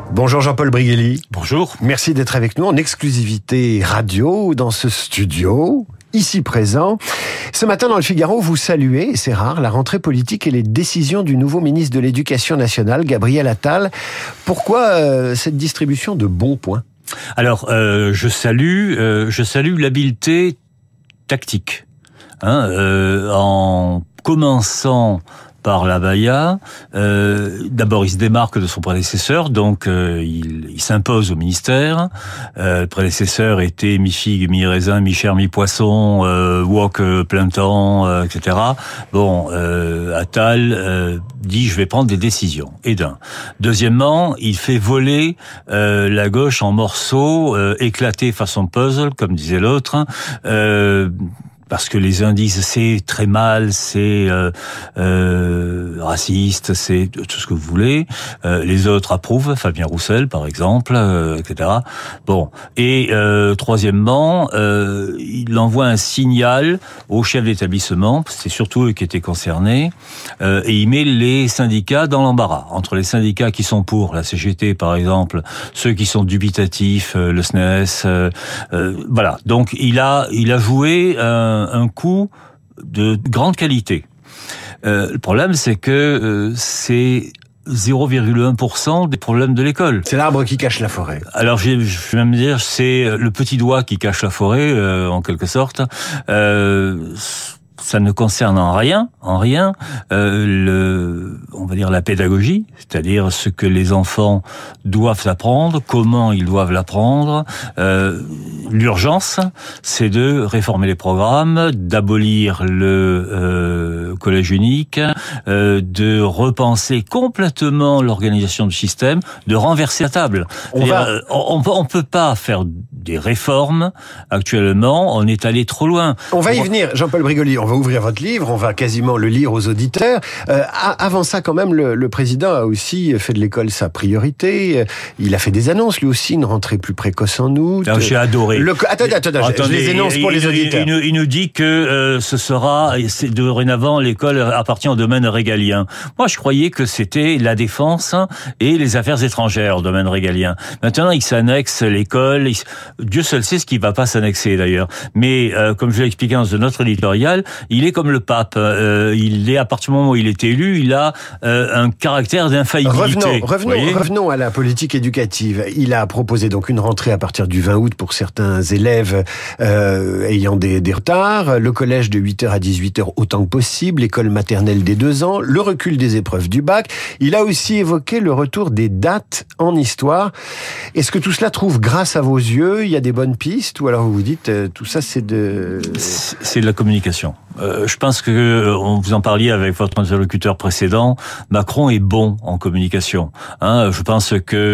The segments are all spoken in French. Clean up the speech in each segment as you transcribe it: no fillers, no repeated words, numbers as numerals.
Bonjour Jean-Paul Briguelli. Bonjour. Merci d'être avec nous en exclusivité radio dans ce studio, ici présent. Ce matin dans le Figaro, vous saluez, et c'est rare, la rentrée politique et les décisions du nouveau ministre de l'Éducation nationale, Gabriel Attal. Pourquoi cette distribution de bons points ? Alors, je salue l'habileté tactique. En commençant par la Baïa, d'abord il se démarque de son prédécesseur, donc il s'impose au ministère. Le prédécesseur était mi-figue, mi-raisin, mi-chair, mi-poisson, wok plein temps, etc. Bon, Attal dit je vais prendre des décisions. Et d'un. Deuxièmement, il fait voler la gauche en morceaux, éclatés façon puzzle, comme disait l'autre. Parce que les uns disent c'est très mal, c'est raciste, c'est tout ce que vous voulez. Les autres approuvent, Fabien Roussel par exemple, etc. Bon, et troisièmement, il envoie un signal aux chefs d'établissement, c'est surtout eux qui étaient concernés, et il met les syndicats dans l'embarras. Entre les syndicats qui sont pour, la CGT par exemple, ceux qui sont dubitatifs, le SNES, voilà. Donc il a joué un coup de grande qualité. Le problème, c'est que c'est 0,1% des problèmes de l'école. C'est l'arbre qui cache la forêt. Alors, je vais même dire, c'est le petit doigt qui cache la forêt, en quelque sorte. Ça ne concerne en rien, on va dire la pédagogie, c'est-à-dire ce que les enfants doivent apprendre, comment ils doivent l'apprendre. L'urgence, c'est de réformer les programmes, d'abolir le collège unique, de repenser complètement l'organisation du système, de renverser la table. On peut pas faire des réformes actuellement, on est allé trop loin. On va y venir, Jean-Paul Briguelli, on va ouvrir votre livre, on va quasiment le lire aux auditeurs. Avant ça, quand même, le président a aussi fait de l'école sa priorité. Il a fait des annonces, lui aussi, une rentrée plus précoce en août. Alors, j'ai adoré. Attendez, je les énonce pour les auditeurs. Il nous dit que c'est dorénavant, l'école appartient au domaine régalien. Moi, je croyais que c'était la défense et les affaires étrangères au domaine régalien. Maintenant, il s'annexe l'école. Dieu seul sait ce qui va pas s'annexer, d'ailleurs. Mais, comme je l'ai expliqué dans notre éditorial, il est comme le pape. Il est, à partir du moment où il est élu, il a un caractère d'infaillibilité. Revenons à la politique éducative. Il a proposé donc une rentrée à partir du 20 août pour certains élèves ayant des retards, le collège de 8h à 18h autant que possible, l'école maternelle dès 2 ans, le recul des épreuves du bac. Il a aussi évoqué le retour des dates en histoire. Est-ce que tout cela trouve grâce à vos yeux? Il y a des bonnes pistes? Ou alors vous vous dites, tout ça c'est de la communication. Je pense que vous en parliez avec votre interlocuteur précédent. Macron est bon en communication. Je pense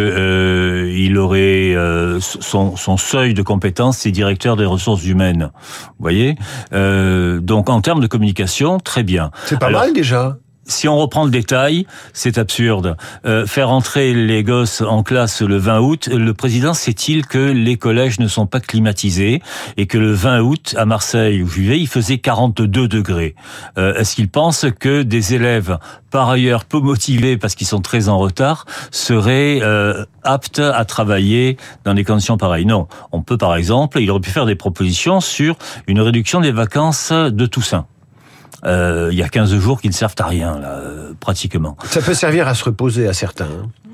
que il aurait son seuil de compétence, c'est directeur des ressources humaines. Vous voyez. Donc en termes de communication, très bien. C'est pas mal déjà. Si on reprend le détail, c'est absurde. Faire entrer les gosses en classe le 20 août, le président sait-il que les collèges ne sont pas climatisés et que le 20 août, à Marseille où je vivais, il faisait 42 degrés. Est-ce qu'il pense que des élèves, par ailleurs peu motivés parce qu'ils sont très en retard, seraient aptes à travailler dans des conditions pareilles? Non. On peut, par exemple, il aurait pu faire des propositions sur une réduction des vacances de Toussaint. Il y a 15 jours qui ne servent à rien, là, pratiquement. Ça peut servir à se reposer à certains.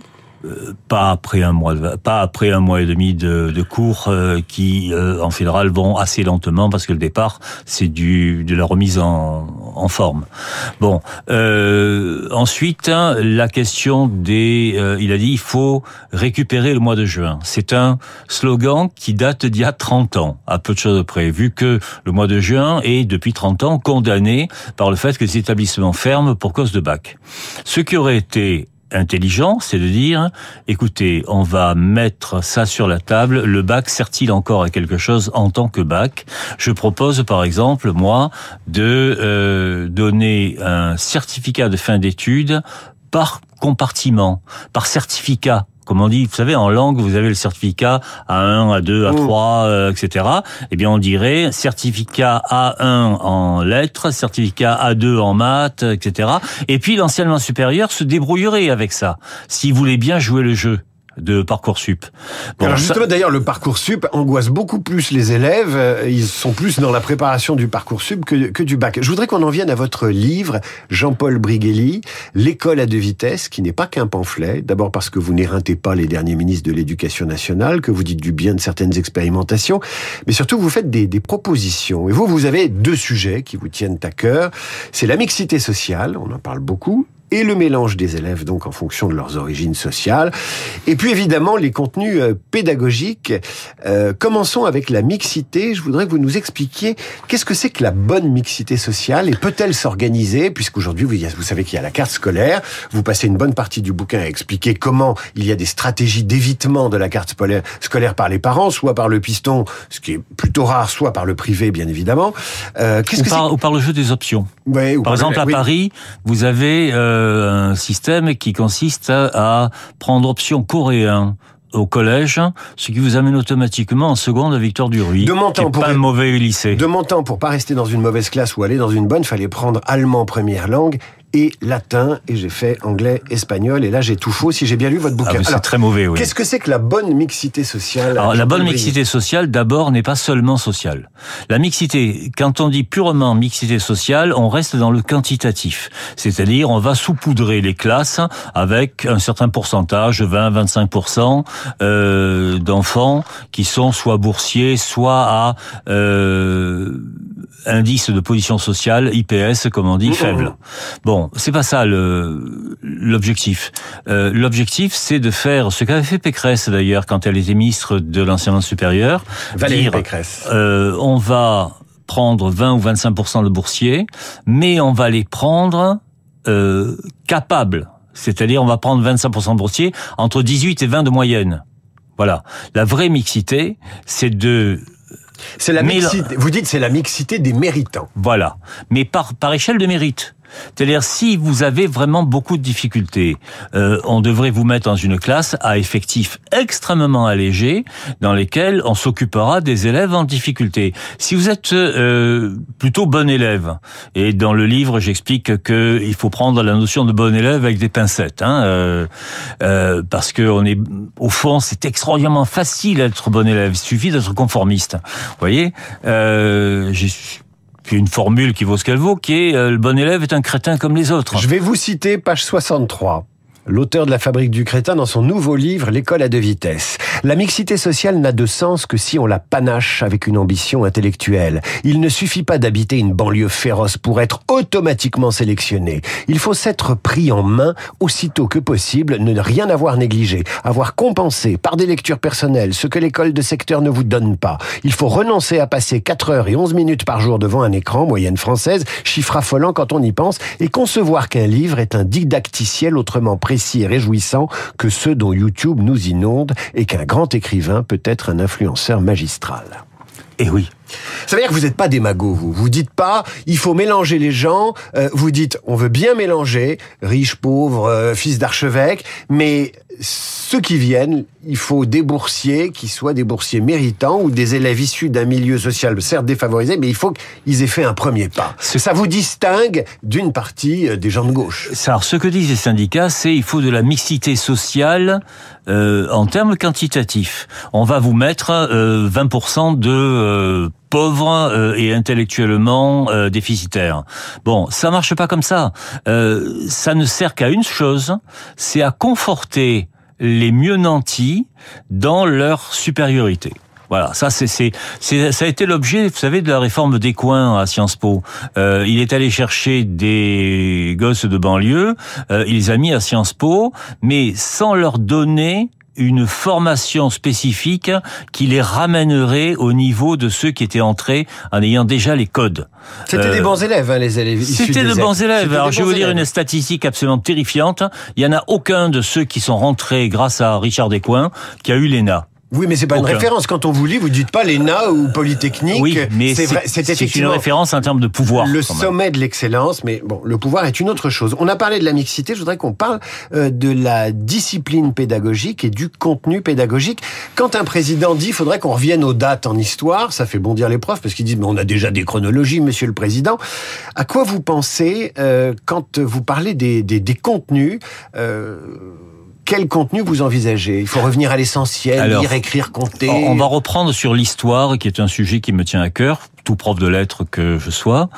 Pas après un mois et demi de cours qui en fédéral vont assez lentement parce que le départ c'est de la remise en forme. Bon, ensuite la question il a dit il faut récupérer le mois de juin. C'est un slogan qui date d'il y a 30 ans, à peu de choses près, vu que le mois de juin est depuis 30 ans condamné par le fait que les établissements ferment pour cause de bac. Ce qui aurait été intelligent, c'est de dire, écoutez, on va mettre ça sur la table, le bac sert-il encore à quelque chose en tant que bac? Je propose, par exemple, moi, de donner un certificat de fin d'études par compartiment, par certificat. Comme on dit, vous savez, en langue, vous avez le certificat A1, A2, A3, etc. Eh bien, on dirait certificat A1 en lettres, certificat A2 en maths, etc. Et puis, l'enseignement supérieur se débrouillerait avec ça, s'il voulait bien jouer le jeu. de Parcoursup. Bon, alors justement, d'ailleurs, le Parcoursup angoisse beaucoup plus les élèves. Ils sont plus dans la préparation du Parcoursup que du bac. Je voudrais qu'on en vienne à votre livre, Jean-Paul Brigelli, L'école à deux vitesses, qui n'est pas qu'un pamphlet. D'abord parce que vous n'éreintez pas les derniers ministres de l'Éducation nationale, que vous dites du bien de certaines expérimentations, mais surtout vous faites des propositions. Et vous avez deux sujets qui vous tiennent à cœur. C'est la mixité sociale, on en parle beaucoup, et le mélange des élèves, donc en fonction de leurs origines sociales. Et puis évidemment, les contenus pédagogiques. Commençons avec la mixité. Je voudrais que vous nous expliquiez qu'est-ce que c'est que la bonne mixité sociale et peut-elle s'organiser, puisqu'aujourd'hui, vous savez qu'il y a la carte scolaire. Vous passez une bonne partie du bouquin à expliquer comment il y a des stratégies d'évitement de la carte scolaire par les parents, soit par le piston, ce qui est plutôt rare, soit par le privé, bien évidemment. Ou par le jeu des options. Ouais, par exemple, à Paris, vous avez un système qui consiste à prendre option coréen au collège, ce qui vous amène automatiquement en seconde à Victor Duruy. De mon temps, pas un mauvais lycée. De mon temps, pour pas rester dans une mauvaise classe ou aller dans une bonne, fallait prendre allemand première langue et latin, et j'ai fait anglais, espagnol, et là j'ai tout faux si j'ai bien lu votre bouquin. C'est très mauvais, oui. Qu'est-ce que c'est que la bonne mixité sociale? Alors, la bonne mixité sociale, d'abord, n'est pas seulement sociale. La mixité, quand on dit purement mixité sociale, on reste dans le quantitatif. C'est-à-dire, on va saupoudrer les classes avec un certain pourcentage, 20-25%, d'enfants qui sont soit boursiers, soit à indice de position sociale, IPS, comme on dit, faible. Bon, c'est pas ça l'objectif. L'objectif, c'est de faire ce qu'avait fait Pécresse d'ailleurs quand elle était ministre de l'enseignement supérieur. Valérie Pécresse. On va prendre 20 ou 25% de boursiers, mais on va les prendre capables. C'est-à-dire, on va prendre 25% de boursiers entre 18 et 20 de moyenne. Voilà. La vraie mixité, c'est c'est la mixité. Vous dites c'est la mixité des méritants. Voilà. Mais par échelle de mérite. C'est-à-dire, si vous avez vraiment beaucoup de difficultés, on devrait vous mettre dans une classe à effectifs extrêmement allégés, dans lesquels on s'occupera des élèves en difficulté. Si vous êtes plutôt bon élève, et dans le livre j'explique que il faut prendre la notion de bon élève avec des pincettes, parce que au fond, c'est extraordinairement facile d'être bon élève. Il suffit d'être conformiste. Vous voyez, puis une formule qui vaut ce qu'elle vaut, qui est le bon élève est un crétin comme les autres. Je vais vous citer page 63. L'auteur de La Fabrique du crétin dans son nouveau livre L'école à deux vitesses. La mixité sociale n'a de sens que si on la panache avec une ambition intellectuelle. Il ne suffit pas d'habiter une banlieue féroce pour être automatiquement sélectionné. Il faut s'être pris en main aussitôt que possible, ne rien avoir négligé, avoir compensé par des lectures personnelles ce que l'école de secteur ne vous donne pas. Il faut renoncer à passer 4 heures et 11 minutes par jour devant un écran, moyenne française, chiffre affolant quand on y pense, et concevoir qu'un livre est un didacticiel autrement précis et réjouissant que ceux dont YouTube nous inonde, et qu'un grand écrivain peut être un influenceur magistral. Eh oui. Ça veut dire que vous n'êtes pas démago, vous. Vous dites pas, il faut mélanger les gens. Vous dites, on veut bien mélanger, riches, pauvres, fils d'archevêque, mais ceux qui viennent, il faut des boursiers qui soient des boursiers méritants ou des élèves issus d'un milieu social certes défavorisé, mais il faut qu'ils aient fait un premier pas. Ça vous distingue d'une partie des gens de gauche. Alors, ce que disent les syndicats, c'est il faut de la mixité sociale en termes quantitatifs. On va vous mettre 20% de pauvres et intellectuellement déficitaires. Bon, ça marche pas comme ça. Ça ne sert qu'à une chose, c'est à conforter les mieux nantis dans leur supériorité. Voilà, ça a été l'objet, vous savez, de la réforme des coins à Sciences Po. Il est allé chercher des gosses de banlieue, il les a mis à Sciences Po, mais sans leur donner une formation spécifique qui les ramènerait au niveau de ceux qui étaient entrés en ayant déjà les codes. C'était des bons élèves, les élèves issus C'était de bons élèves. Alors, je vais vous dire élèves. une statistique absolument terrifiante. Il y en a aucun de ceux qui sont rentrés grâce à Richard Descoings qui a eu l'ENA. Oui, mais c'est pas une référence. Quand on vous lit, vous dites pas l'ENA ou Polytechnique. Oui, mais c'est une référence en termes de pouvoir. Le sommet de l'excellence, mais bon, le pouvoir est une autre chose. On a parlé de la mixité, je voudrais qu'on parle de la discipline pédagogique et du contenu pédagogique. Quand un président dit, il faudrait qu'on revienne aux dates en histoire, ça fait bondir les profs, parce qu'ils disent, mais on a déjà des chronologies, monsieur le président. À quoi vous pensez quand vous parlez des contenus quel contenu vous envisagez? Il faut revenir à l'essentiel, lire, écrire, compter. On va reprendre sur l'histoire, qui est un sujet qui me tient à cœur, tout prof de lettres que je sois.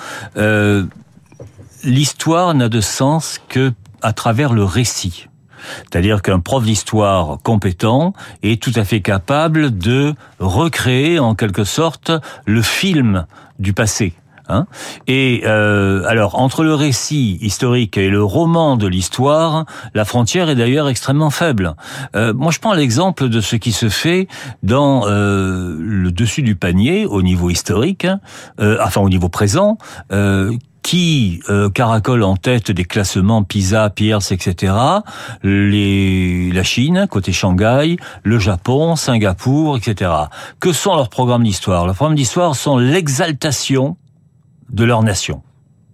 L'histoire n'a de sens que à travers le récit. C'est-à-dire qu'un prof d'histoire compétent est tout à fait capable de recréer en quelque sorte le film du passé. Et alors, entre le récit historique et le roman de l'histoire, la frontière est d'ailleurs extrêmement faible. Moi, je prends l'exemple de ce qui se fait dans le dessus du panier, au niveau historique, au niveau présent, qui caracole en tête des classements PISA, Peirce, etc. La Chine, côté Shanghai, le Japon, Singapour, etc. Que sont leurs programmes d'histoire? Leurs programmes d'histoire sont l'exaltation de leur nation.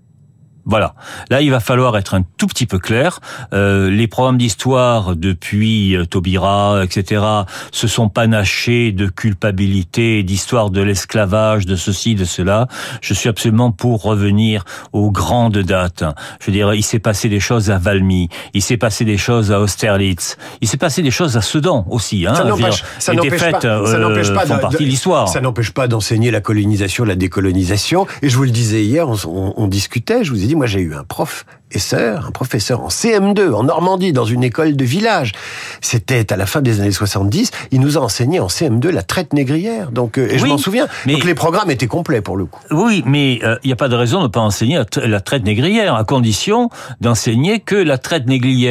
Voilà. Là, il va falloir être un tout petit peu clair. Les programmes d'histoire depuis Taubira, etc., se sont panachés de culpabilité, d'histoire de l'esclavage, de ceci, de cela. Je suis absolument pour revenir aux grandes dates. Je veux dire, il s'est passé des choses à Valmy, il s'est passé des choses à Austerlitz, il s'est passé des choses à Sedan aussi. Ça n'empêche pas font partie de l'histoire. Ça n'empêche pas d'enseigner la colonisation, la décolonisation. Et je vous le disais hier, on discutait, je vous ai dit, moi j'ai eu un professeur en CM2 en Normandie dans une école de village. C'était à la fin des années 70, il nous a enseigné en CM2 la traite négrière. Donc je m'en souviens. Donc les programmes étaient complets pour le coup. Oui, mais il n'y a pas de raison de ne pas enseigner la traite négrière, à condition d'enseigner que la traite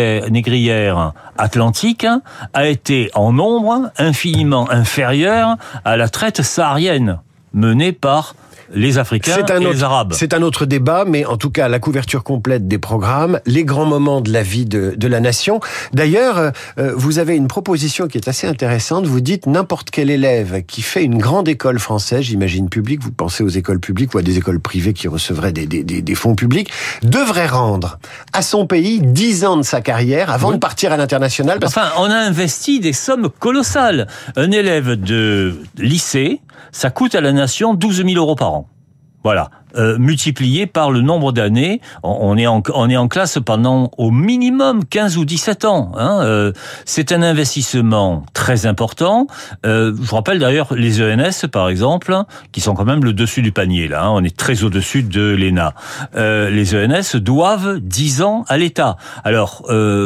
négrière atlantique a été en nombre infiniment inférieure à la traite saharienne menée par les Africains et les Arabes. C'est un autre débat, mais en tout cas, la couverture complète des programmes, les grands moments de la vie de la nation. D'ailleurs, vous avez une proposition qui est assez intéressante. Vous dites n'importe quel élève qui fait une grande école française, j'imagine publique, vous pensez aux écoles publiques ou à des écoles privées qui recevraient des fonds publics, devrait rendre à son pays 10 ans de sa carrière avant de partir à l'international. On a investi des sommes colossales. Un élève de lycée, ça coûte à la nation 12 000 € par an. Voilà, multiplié par le nombre d'années, on est en classe pendant au minimum 15 ou 17 ans. C'est un investissement très important. Je vous rappelle d'ailleurs les ENS, par exemple, qui sont quand même le dessus du panier. Là, on est très au-dessus de l'ENA. Les ENS doivent 10 ans à l'État. Alors,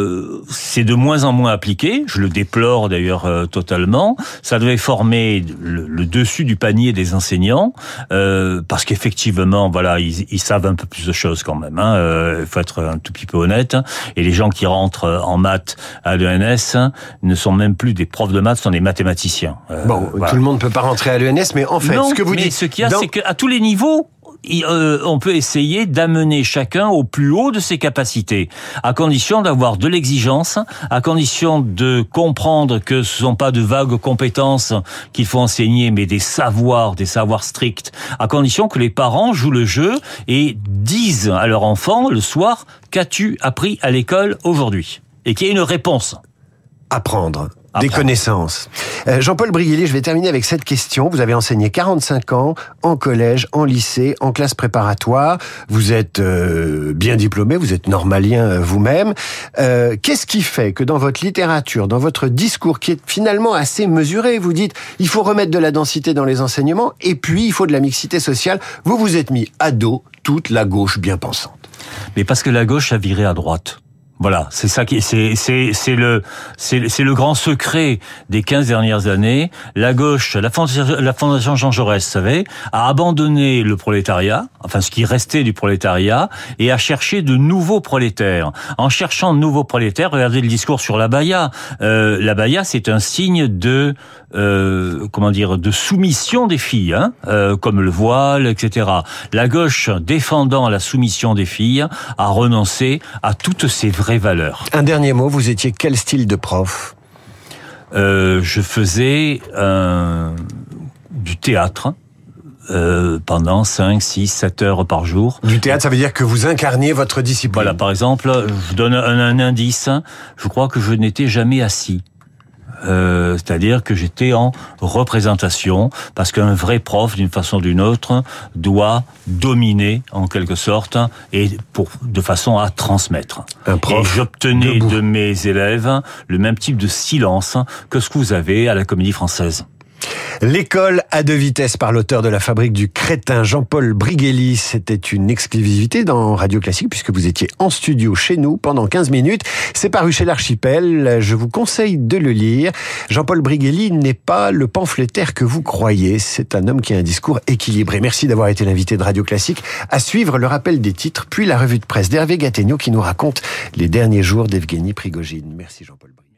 c'est de moins en moins appliqué. Je le déplore d'ailleurs totalement. Ça devait former le dessus du panier des enseignants, parce qu'effectivement, voilà, ils savent un peu plus de choses quand même. Il faut être un tout petit peu honnête. Et les gens qui rentrent en maths à l'ENS ne sont même plus des profs de maths, sont des mathématiciens. Voilà. Tout le monde ne peut pas rentrer à l'ENS, mais en fait, non, ce que vous dites... ce qu'il y a, c'est qu'à tous les niveaux, on peut essayer d'amener chacun au plus haut de ses capacités, à condition d'avoir de l'exigence, à condition de comprendre que ce ne sont pas de vagues compétences qu'il faut enseigner, mais des savoirs stricts, à condition que les parents jouent le jeu et disent à leur enfant le soir « Qu'as-tu appris à l'école aujourd'hui ?» et qu'il y ait une réponse. Apprendre. Des connaissances. Jean-Paul Briguillier, je vais terminer avec cette question. Vous avez enseigné 45 ans en collège, en lycée, en classe préparatoire. Vous êtes bien diplômé, vous êtes normalien vous-même. Qu'est-ce qui fait que dans votre littérature, dans votre discours qui est finalement assez mesuré, vous dites il faut remettre de la densité dans les enseignements et puis il faut de la mixité sociale. Vous vous êtes mis à dos toute la gauche bien pensante. Mais parce que la gauche a viré à droite. Voilà, c'est ça qui c'est le grand secret des 15 dernières années. La gauche, la Fondation Jean Jaurès, vous savez, a abandonné le prolétariat, enfin ce qui restait du prolétariat, et a cherché de nouveaux prolétaires. En cherchant de nouveaux prolétaires, regardez le discours sur l'abaya. L'abaya, c'est un signe de de soumission des filles, comme le voile, etc. La gauche, défendant la soumission des filles, a renoncé à toutes ces vraies valeurs. Un dernier mot, vous étiez quel style de prof ? Je faisais du théâtre pendant 5, 6, 7 heures par jour. Du théâtre, ça veut dire que vous incarniez votre discipline. Voilà, par exemple, je vous donne un indice, je crois que je n'étais jamais assis. C'est-à-dire que j'étais en représentation, parce qu'un vrai prof, d'une façon ou d'une autre, doit dominer, en quelque sorte, et de façon à transmettre. Un prof et j'obtenais debout de mes élèves le même type de silence que ce que vous avez à la Comédie Française. L'école à deux vitesses par l'auteur de La Fabrique du crétin, Jean-Paul Briguely. C'était une exclusivité dans Radio Classique puisque vous étiez en studio chez nous pendant 15 minutes. C'est paru chez l'Archipel. Je vous conseille de le lire. Jean-Paul Briguely n'est pas le pamphlétaire que vous croyez. C'est un homme qui a un discours équilibré. Merci d'avoir été l'invité de Radio Classique. À suivre, le rappel des titres, puis la revue de presse d'Hervé Gattegno qui nous raconte les derniers jours d'Evgueni Prigojine. Merci Jean-Paul Briguely.